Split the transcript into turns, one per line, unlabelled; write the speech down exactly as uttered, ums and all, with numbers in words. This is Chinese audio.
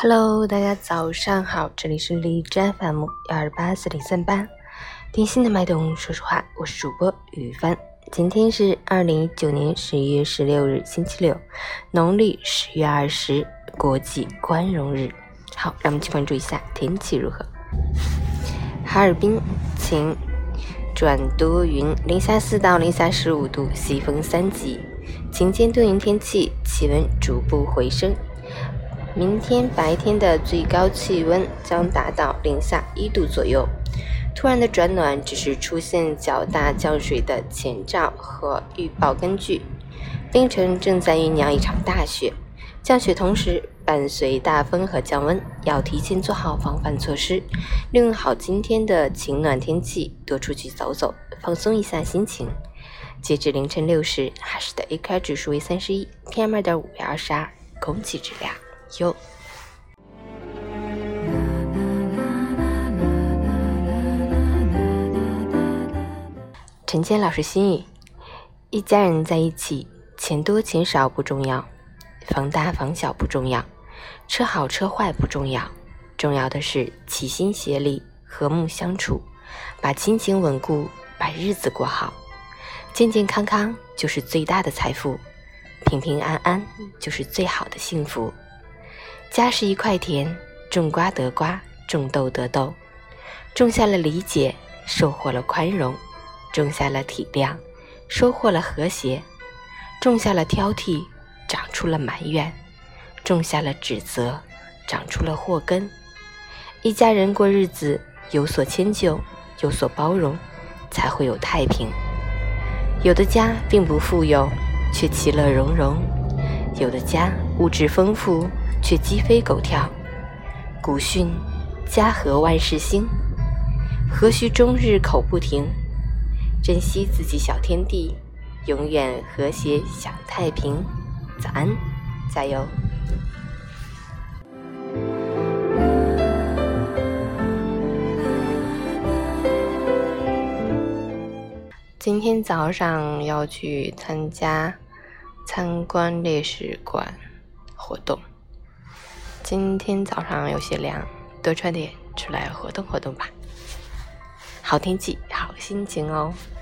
Hello， 大家早上好，这里是荔枝 F M 幺二八四零三八，听心的脉动，说实话，我是主播雨帆。今天是二零一九年十一月十六日，星期六，农历十月二十，国际宽容日。好，让我们去关注一下天气如何。哈尔滨晴转多云，零下四到零下十五度，西风三级，晴间多云天气，气温逐步回升。明天白天的最高气温将达到零下一度左右，突然的转暖只是出现较大降水的前兆和预报根据。冰城正在酝酿一场大雪，降雪同时伴随大风和降温，要提前做好防范措施，利用好今天的晴暖天气，多出去走走，放松一下心情。截至凌晨六时，哈市的 A Q I 指数为三十一 ，P M 二点五 为二十二，空气质量优。陈坚老师心语：一家人在一起，钱多钱少不重要，房大房小不重要，车好车坏不重要，重要的是齐心协力，和睦相处，把亲情稳固，把日子过好。健健康康就是最大的财富，平平安安就是最好的幸福。家是一块田，种瓜得瓜，种豆得豆，种下了理解，收获了宽容，种下了体谅，收获了和谐，种下了挑剔，长出了埋怨，种下了指责，长出了祸根。一家人过日子，有所迁就，有所包容，才会有太平。有的家并不富有，却其乐融融；有的家物质丰富，却鸡飞狗跳。古训：家和万事兴，何须终日口不停。珍惜自己小天地，永远和谐享太平。早安，加油！今天早上要去参加参观烈士馆活动，今天早上有些凉，多穿点出来活动活动吧。好天气，好心情哦。